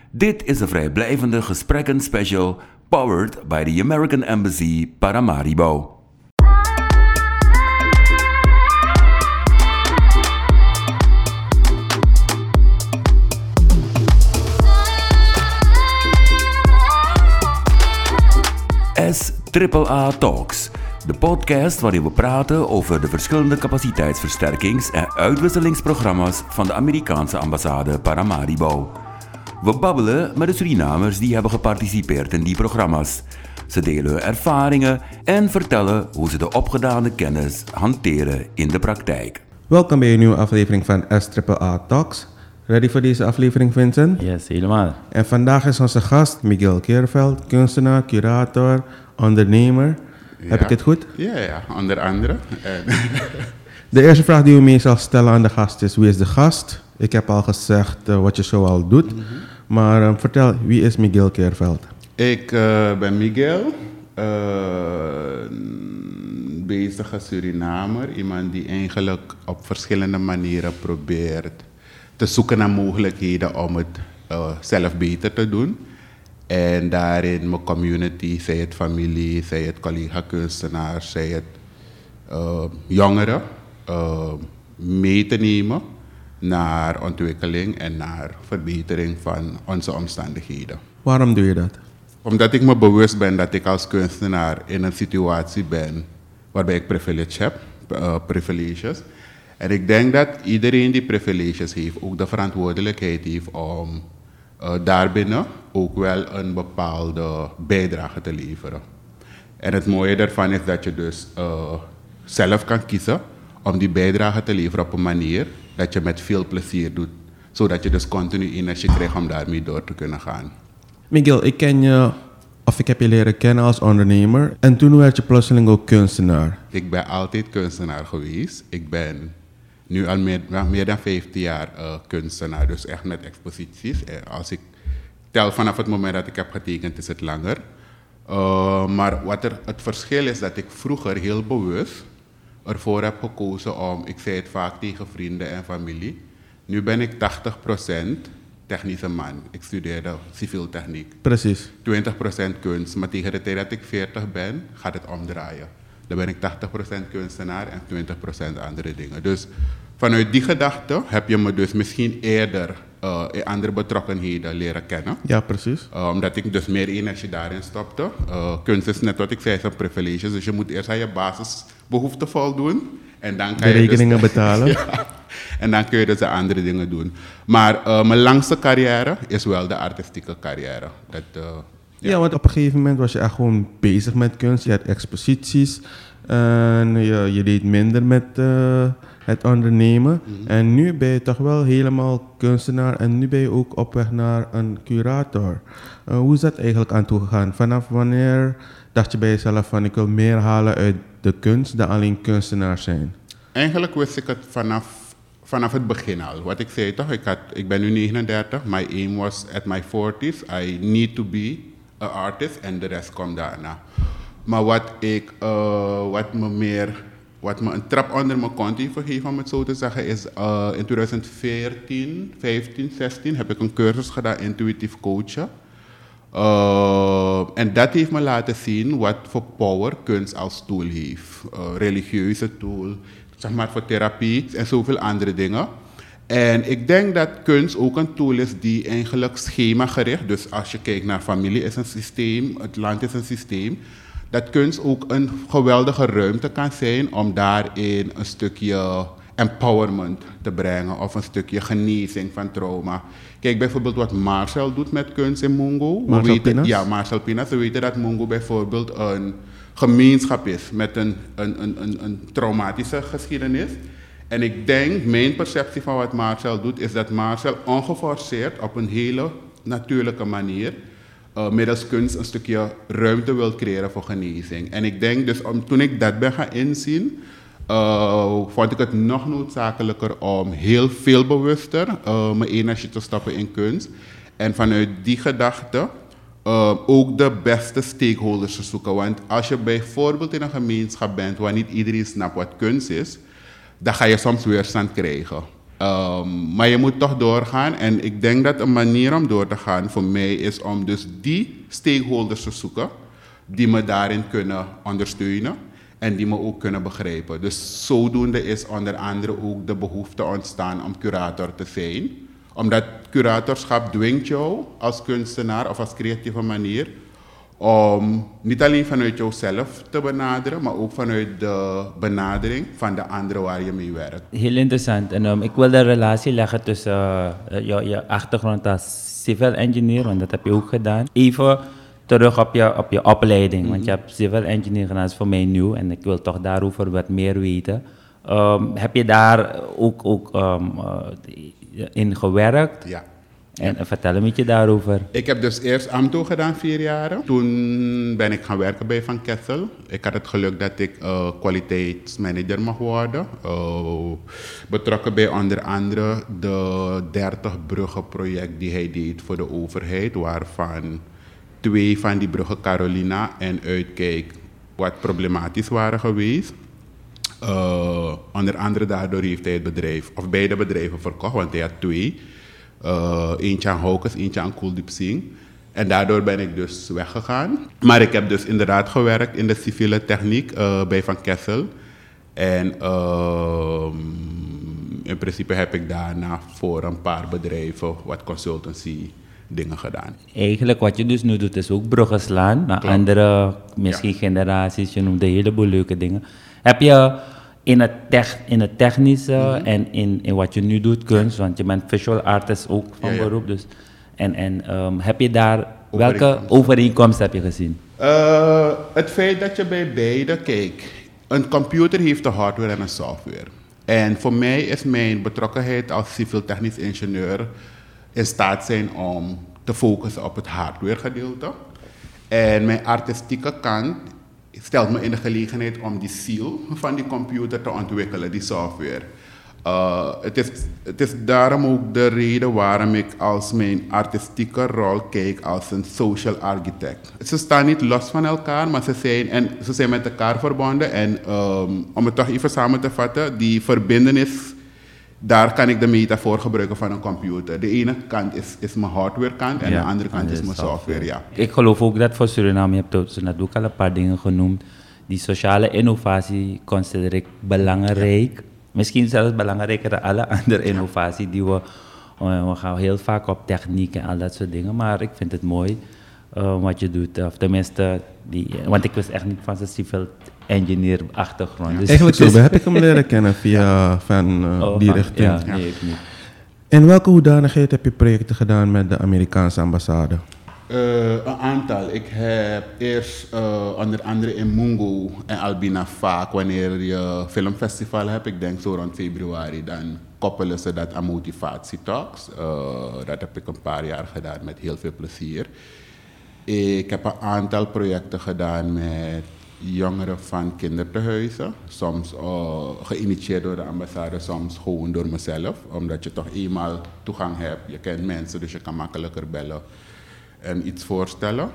Dit is een vrijblijvende gesprekken special powered by the American Embassy Paramaribo. SAAA Talks, de podcast waarin we praten over de verschillende capaciteitsversterkings- en uitwisselingsprogramma's van de Amerikaanse ambassade Paramaribo. We babbelen met de Surinamers die hebben geparticipeerd in die programma's. Ze delen hun ervaringen en vertellen hoe ze de opgedane kennis hanteren in de praktijk. Welkom bij een nieuwe aflevering van SAAA Talks. Ready voor deze aflevering, Vincent? Yes, helemaal. En vandaag is onze gast Miguel Keerveld, kunstenaar, curator, ondernemer. Ja. Heb ik het goed? Ja, onder andere. De eerste vraag die we meestal stellen aan de gast is: wie is de gast? Ik heb al gezegd wat je zoal doet. Maar vertel, wie is Miguel Keerveld? Ik ben Miguel, bezige Surinamer. Iemand die eigenlijk op verschillende manieren probeert te zoeken naar mogelijkheden om het zelf beter te doen. En daarin mijn community, zij het familie, zij het collega-kunstenaars, zij het jongeren, mee te nemen naar ontwikkeling en naar verbetering van onze omstandigheden. Waarom doe je dat? Omdat ik me bewust ben dat ik als kunstenaar in een situatie ben waarbij ik privileges. En ik denk dat iedereen die privileges heeft ook de verantwoordelijkheid heeft om daarbinnen ook wel een bepaalde bijdrage te leveren. En het mooie daarvan is dat je dus zelf kan kiezen om die bijdrage te leveren op een manier dat je met veel plezier doet. Zodat je dus continu energie krijgt om daarmee door te kunnen gaan. Miguel, ik heb je leren kennen als ondernemer. En toen werd je plotseling ook kunstenaar. Ik ben altijd kunstenaar geweest. Ik ben nu al meer dan 15 jaar kunstenaar, dus echt met exposities. Als ik tel vanaf het moment dat ik heb getekend, is het langer. Maar het verschil is dat ik vroeger heel bewust ervoor heb gekozen om, ik zei het vaak tegen vrienden en familie, nu ben ik 80% technische man. Ik studeerde civiel techniek. Precies. 20% kunst, maar tegen de tijd dat ik 40 ben, gaat het omdraaien. Dan ben ik 80% kunstenaar en 20% andere dingen. Dus vanuit die gedachte heb je me dus misschien eerder in andere betrokkenheden leren kennen. Ja, precies. Omdat ik dus meer energie daarin stopte. Kunst is net wat ik zei, zijn privileges. Dus je moet eerst aan je basisbehoeften voldoen. En dan kan de rekeningen betalen. Ja, en dan kun je dus de andere dingen doen. Maar mijn langste carrière is wel de artistieke carrière. Ja, want op een gegeven moment was je echt gewoon bezig met kunst. Je had exposities en je deed minder met het ondernemen. En nu ben je toch wel helemaal kunstenaar en nu ben je ook op weg naar een curator. Hoe is dat eigenlijk aan toe gegaan? Vanaf wanneer dacht je bij jezelf van ik wil meer halen uit de kunst dan alleen kunstenaar zijn? Eigenlijk wist ik het vanaf het begin al. Wat ik zei toch, ik ben nu 39. My aim was at my 40s. I need to be an artist en de rest komt daarna. Maar wat me een trap onder mijn kont heeft gegeven, om het zo te zeggen, is in 2014, 15, 16 heb ik een cursus gedaan, intuïtief coachen. En dat heeft me laten zien wat voor power kunst als tool heeft. Religieuze tool, zeg maar voor therapie en zoveel andere dingen. En ik denk dat kunst ook een tool is die eigenlijk schemagericht, dus als je kijkt naar familie is een systeem, het land is een systeem, dat kunst ook een geweldige ruimte kan zijn om daarin een stukje empowerment te brengen of een stukje genezing van trauma. Kijk bijvoorbeeld wat Marcel doet met kunst in Mungo. Marcel Pinas? Ja, Marcel Pinas. We weten dat Mungo bijvoorbeeld een gemeenschap is met een traumatische geschiedenis. En ik denk, mijn perceptie van wat Marcel doet, is dat Marcel ongeforceerd op een hele natuurlijke manier middels kunst een stukje ruimte wil creëren voor genezing. En ik denk dus, toen ik dat ben gaan inzien, vond ik het nog noodzakelijker om heel veel bewuster mijn energie te stoppen in kunst. En vanuit die gedachte ook de beste stakeholders te zoeken. Want als je bijvoorbeeld in een gemeenschap bent waar niet iedereen snapt wat kunst is, dan ga je soms weerstand krijgen. Maar je moet toch doorgaan. En ik denk dat een manier om door te gaan voor mij is om dus die stakeholders te zoeken die me daarin kunnen ondersteunen en die me ook kunnen begrijpen. Dus zodoende is onder andere ook de behoefte ontstaan om curator te zijn. Omdat curatorschap dwingt jou als kunstenaar of als creatieve manier om niet alleen vanuit jouzelf te benaderen, maar ook vanuit de benadering van de anderen waar je mee werkt. Heel interessant. En ik wil de relatie leggen tussen je achtergrond als civil engineer, want dat heb je ook gedaan. Even terug op je opleiding, want je hebt civil engineer gedaan, dat is voor mij nieuw en ik wil toch daarover wat meer weten. Heb je daar ook in gewerkt? Ja. En vertel een beetje daarover. Ik heb dus eerst AMTO gedaan 4 jaar. Toen ben ik gaan werken bij Van Kessel. Ik had het geluk dat ik kwaliteitsmanager mag worden. Betrokken bij onder andere de 30 bruggen project die hij deed voor de overheid. Waarvan 2 van die bruggen, Carolina en Uitkijk, wat problematisch waren geweest. Onder andere daardoor heeft hij het bedrijf, of beide bedrijven verkocht, want hij had 2. Eentje aan Houkes, eentje aan Koeldiepsing. En daardoor ben ik dus weggegaan. Maar ik heb dus inderdaad gewerkt in de civiele techniek bij Van Kessel. En in principe heb ik daarna voor een paar bedrijven wat consultancy dingen gedaan. Eigenlijk wat je dus nu doet is ook bruggen slaan naar andere, misschien generaties. Je noemt een heleboel leuke dingen. Heb je in het technische en in wat je nu doet, kunst, want je bent visual artist ook van beroep. Dus, en heb je daar, welke overeenkomst heb je gezien? Het feit dat je bij beide, kijk, een computer heeft een hardware en een software. En voor mij is mijn betrokkenheid als civiel technisch ingenieur in staat zijn om te focussen op het hardware gedeelte. En mijn artistieke kant stelt me in de gelegenheid om die ziel van die computer te ontwikkelen, die software. Het is daarom ook de reden waarom ik als mijn artistieke rol kijk als een social architect. Ze staan niet los van elkaar, maar ze zijn met elkaar verbonden. En om het toch even samen te vatten, die verbindenis, daar kan ik de metafoor gebruiken van een computer. De ene kant is mijn hardware kant en de andere kant is mijn software. Ja. Ik geloof ook dat voor Suriname, je hebt net ook al een paar dingen genoemd, die sociale innovatie consider ik belangrijk. Misschien zelfs belangrijker dan alle andere innovatie die we gaan heel vaak op techniek en al dat soort dingen. Maar ik vind het mooi wat je doet. Of tenminste, want ik wist echt niet van zijn civil engineer achtergrond. Dus, eigenlijk zo heb ik hem leren kennen via die richting. Ja, nee, ik niet. In welke hoedanigheid heb je projecten gedaan met de Amerikaanse ambassade? Een aantal. Ik heb eerst onder andere in Mungo en Albina vaak, wanneer je filmfestival hebt, ik denk zo rond februari, dan koppelen ze dat aan motivatietalks. Dat heb ik een paar jaar gedaan met heel veel plezier. Ik heb een aantal projecten gedaan met jongeren van kindertehuizen. Soms geïnitieerd door de ambassade, soms gewoon door mezelf. Omdat je toch eenmaal toegang hebt. Je kent mensen, dus je kan makkelijker bellen en iets voorstellen.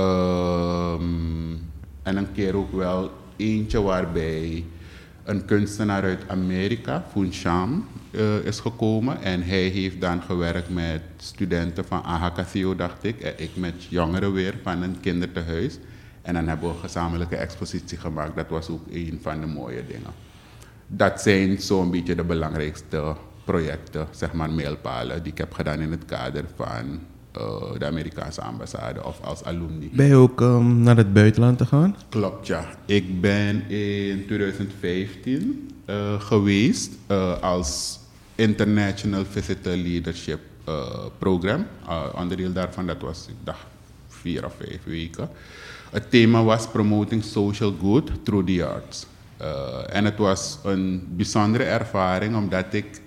En een keer ook wel eentje waarbij een kunstenaar uit Amerika, Funcham, is gekomen. En hij heeft dan gewerkt met studenten van AHKCO, dacht ik. En ik met jongeren weer van een kindertehuis. En dan hebben we een gezamenlijke expositie gemaakt. Dat was ook een van de mooie dingen. Dat zijn zo'n beetje de belangrijkste projecten, zeg maar mijlpalen, die ik heb gedaan in het kader van de Amerikaanse ambassade of als alumni. Ben je ook naar het buitenland te gaan? Klopt, ja. Ik ben in 2015 geweest als International Visitor Leadership Program. Onderdeel daarvan, dat was, ik dacht, 4 of 5 weken. Het thema was Promoting Social Good Through the Arts. En het was een bijzondere ervaring, omdat ik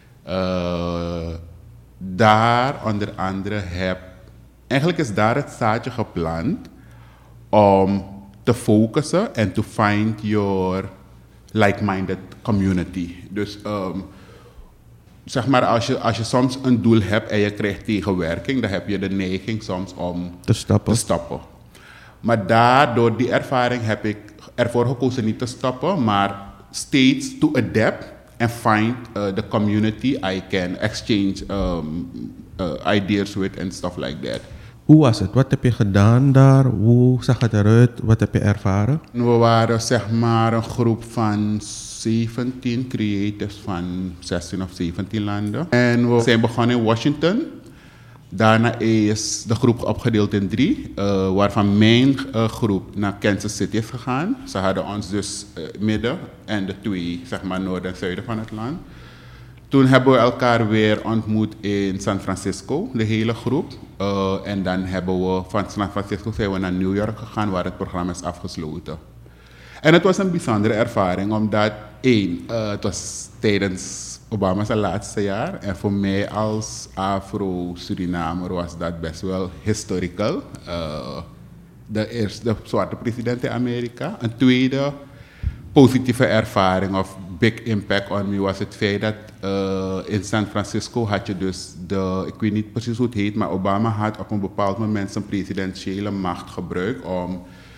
daar onder andere heb... Eigenlijk is daar het zaadje geplant om te focussen en to find your like-minded community. Dus zeg maar, als je soms een doel hebt en je krijgt tegenwerking, dan heb je de neiging soms om te stappen. Maar door die ervaring heb ik ervoor gekozen niet te stoppen, maar steeds to adapt and find the community I can exchange ideas with and stuff like that. Hoe was het? Wat heb je gedaan daar? Hoe zag het eruit? Wat heb je ervaren? We waren zeg maar een groep van 17 creators van 16 of 17 landen. En we zijn begonnen in Washington. Daarna is de groep opgedeeld in 3, waarvan mijn groep naar Kansas City is gegaan. Ze hadden ons dus midden en de 2, zeg maar noorden en zuiden van het land. Toen hebben we elkaar weer ontmoet in San Francisco, de hele groep. En dan hebben we van San Francisco zijn we naar New York gegaan, waar het programma is afgesloten. En het was een bijzondere ervaring, omdat het was tijdens Obama's laatste jaar. En voor mij als Afro-Surinamer was dat best wel historical. De eerste zwarte president in Amerika. Een tweede positieve ervaring of big impact on me was het feit dat in San Francisco had je dus ik weet niet precies hoe het heet, maar Obama had op een bepaald moment zijn presidentiële macht gebruikt om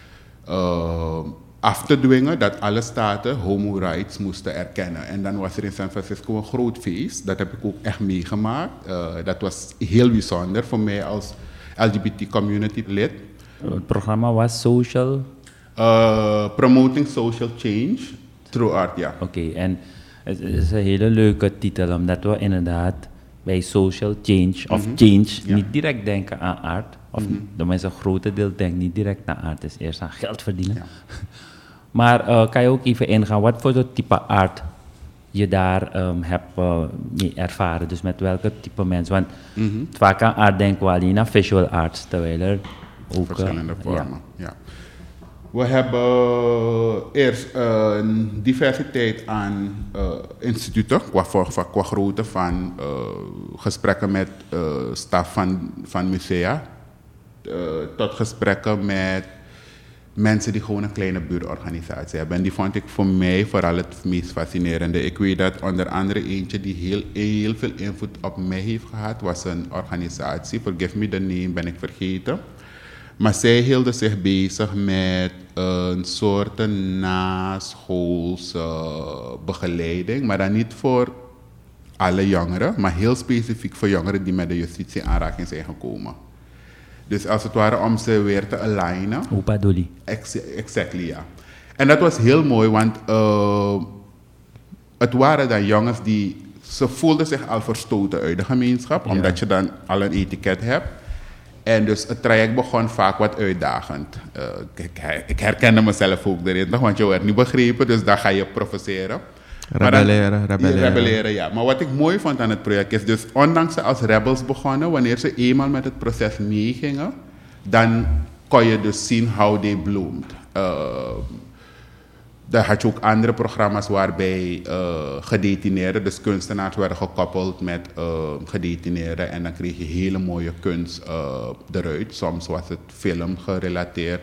af te dwingen dat alle staten homo rights moesten erkennen. En dan was er in San Francisco een groot feest. Dat heb ik ook echt meegemaakt. Dat was heel bijzonder voor mij als LGBT community lid. Het programma was social? Promoting social change through art, ja. Oké, en het is een hele leuke titel, omdat we inderdaad bij social change of change niet direct denken aan art. Of de mensen een grote deel denken niet direct aan art, het is eerst aan geld verdienen. Ja. Maar kan je ook even ingaan, wat voor soort type art je daar hebt mee ervaren? Dus met welke type mensen? Want vaak aan art denken we alleen aan visual arts, terwijl er ook... verschillende vormen, ja. We hebben eerst een diversiteit aan instituten, qua grootte van gesprekken met staf van musea, tot gesprekken met mensen die gewoon een kleine buurtorganisatie hebben. En die vond ik voor mij vooral het meest fascinerende. Ik weet dat onder andere eentje die heel veel invloed op mij heeft gehad, was een organisatie, forgive me the name, ben ik vergeten. Maar zij hielden zich bezig met een soort naschoolse begeleiding, maar dan niet voor alle jongeren, maar heel specifiek voor jongeren die met de justitie in aanraking zijn gekomen. Dus als het ware om ze weer te alignen. Opa Dolly. Exactly, ja. En dat was heel mooi, want het waren dan jongens ze voelden zich al verstoten uit de gemeenschap, omdat je dan al een etiket hebt. En dus het traject begon vaak wat uitdagend. Ik herkende mezelf ook erin, want je werd niet begrepen, dus dan ga je provoceren. Rebelleren, ja. Maar wat ik mooi vond aan het project is, dus ondanks ze als rebels begonnen, wanneer ze eenmaal met het proces meegingen, dan kon je dus zien how they bloomed. Dan had je ook andere programma's waarbij gedetineerden, dus kunstenaars werden gekoppeld met gedetineerden en dan kreeg je hele mooie kunst eruit. Soms was het film gerelateerd.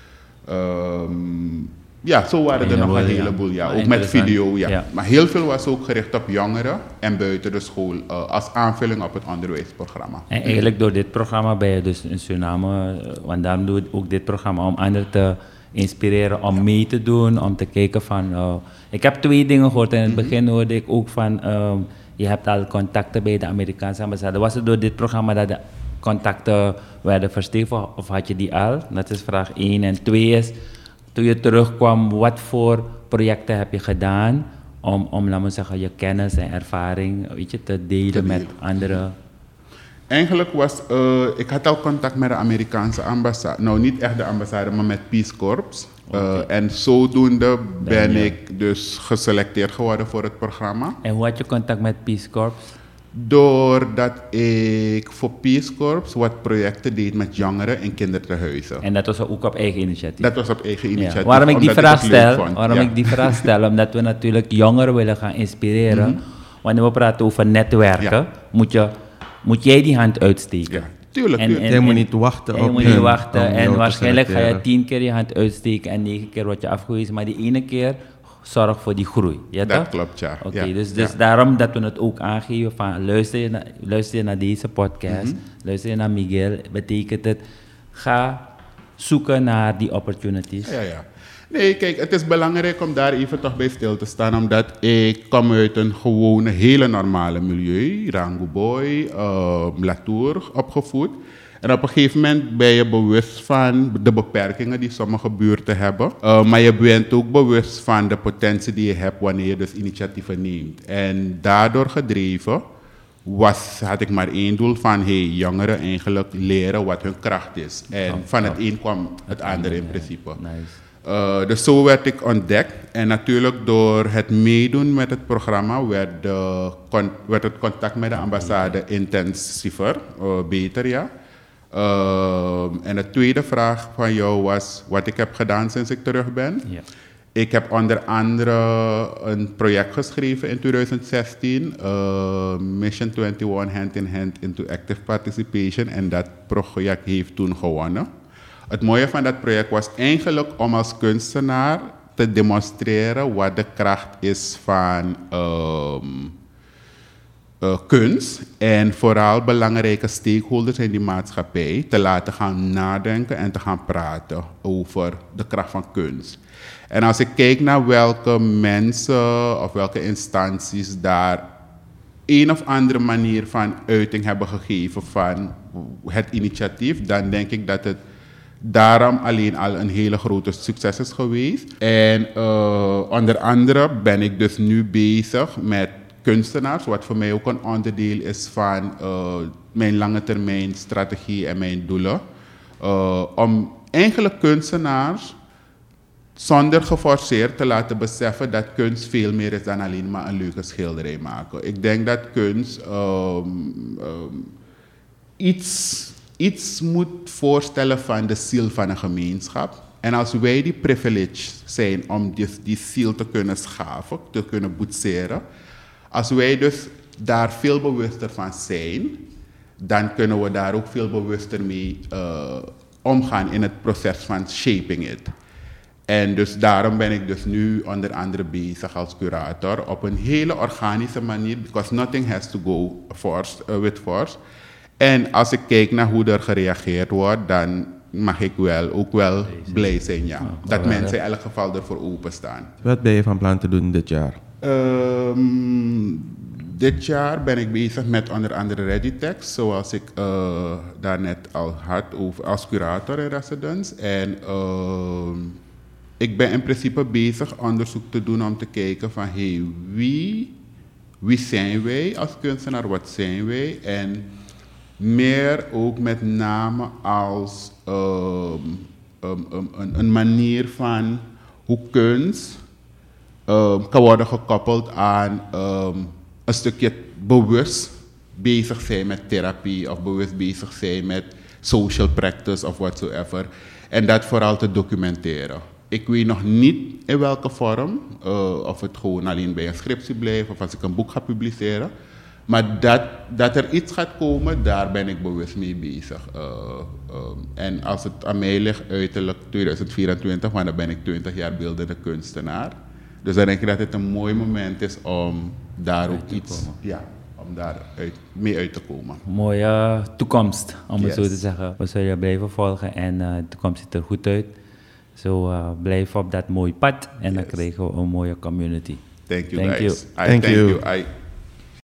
Ja, zo waren er nog een heleboel, ja. Ook met video, ja. Maar heel veel was ook gericht op jongeren en buiten de school als aanvulling op het onderwijsprogramma. En eigenlijk door dit programma ben je dus in Suriname, want daarom doe ik ook dit programma om anderen te inspireren om mee te doen, om te kijken van... ik heb 2 dingen gehoord. In het begin hoorde ik ook van... je hebt al contacten bij de Amerikaanse ambassade. Was het door dit programma dat de contacten werden verstevigd of had je die al? Dat is vraag 1. En 2 is, toen je terugkwam, wat voor projecten heb je gedaan om laten we zeggen, je kennis en ervaring te delen met anderen? Eigenlijk ik had al contact met de Amerikaanse ambassade. Nou, niet echt de ambassade, maar met Peace Corps. En zodoende ben ik dus geselecteerd geworden voor het programma. En hoe had je contact met Peace Corps? Doordat ik voor Peace Corps wat projecten deed met jongeren in kindertehuizen. En dat was ook op eigen initiatief? Dat was op eigen initiatief. Ja. Waarom ik die vraag stel, omdat we natuurlijk jongeren willen gaan inspireren. Wanneer we praten over netwerken, moet jij die hand uitsteken. Ja, tuurlijk. Je moet niet wachten op je moet niet wachten. En waarschijnlijk ga je 10 keer je hand uitsteken en 9 keer word je afgewezen. Maar die ene keer zorg voor die groei. Ja, dat toch? klopt, ja. Oké, dus daarom dat we het ook aangeven van luister je naar deze podcast, luister je naar Miguel, betekent het ga zoeken naar die opportunities. Ja. Nee, kijk, het is belangrijk om daar even toch bij stil te staan, omdat ik kom uit een gewone, hele normale milieu, Rango Boy, Latour, opgevoed. En op een gegeven moment ben je bewust van de beperkingen die sommige buurten hebben. Maar je bent ook bewust van de potentie die je hebt wanneer je dus initiatieven neemt. En daardoor gedreven had ik maar één doel van jongeren eigenlijk leren wat hun kracht is. En van het een kwam het andere in principe. Nice. Dus zo werd ik ontdekt. En natuurlijk door het meedoen met het programma werd het contact met de ambassade intensiever, beter ja. En de tweede vraag van jou was wat ik heb gedaan sinds ik terug ben. Ja. Ik heb onder andere een project geschreven in 2016, Mission 21 Hand in Hand into Active Participation. En dat project heeft toen gewonnen. Het mooie van dat project was eigenlijk om als kunstenaar te demonstreren wat de kracht is van kunst en vooral belangrijke stakeholders in die maatschappij te laten gaan nadenken en te gaan praten over de kracht van kunst. En als ik kijk naar welke mensen of welke instanties daar een of andere manier van uiting hebben gegeven van het initiatief, dan denk ik dat het daarom alleen al een hele grote succes is geweest. En onder andere ben ik dus nu bezig met kunstenaars, wat voor mij ook een onderdeel is van mijn lange termijn strategie en mijn doelen. Om eigenlijk kunstenaars zonder geforceerd te laten beseffen dat kunst veel meer is dan alleen maar een leuke schilderij maken. Ik denk dat kunst iets moet voorstellen van de ziel van een gemeenschap. En als wij die privilege zijn om die ziel te kunnen schaven, te kunnen boetseren, als wij dus daar veel bewuster van zijn, dan kunnen we daar ook veel bewuster mee omgaan in het proces van shaping it. En dus daarom ben ik dus nu onder andere bezig als curator op een hele organische manier, because nothing has to go with force. En als ik kijk naar hoe er gereageerd wordt, dan mag ik ook wel blij zijn, ja. Dat mensen in elk geval ervoor openstaan. Wat ben je van plan te doen dit jaar? Dit jaar ben ik bezig met onder andere ReadyText, zoals ik daarnet al had over als curator in residence. En ik ben in principe bezig onderzoek te doen om te kijken van wie zijn wij als kunstenaar, wat zijn wij? En meer ook met name als een manier van hoe kunst kan worden gekoppeld aan een stukje bewust bezig zijn met therapie of bewust bezig zijn met social practice of whatsoever. En dat vooral te documenteren. Ik weet nog niet in welke vorm, of het gewoon alleen bij een scriptie blijft of als ik een boek ga publiceren. Maar dat er iets gaat komen, daar ben ik bewust mee bezig. En als het aan mij ligt, uiterlijk 2024, want dan ben ik 20 jaar beeldende kunstenaar. Dus dan denk ik dat het een mooi moment is om daar ook om daar mee uit te komen. Mooie toekomst, om het zo te zeggen. We zullen je blijven volgen en de toekomst ziet er goed uit. Zo blijf op dat mooie pad en dan krijgen we een mooie community. Thank you guys. Thank you. I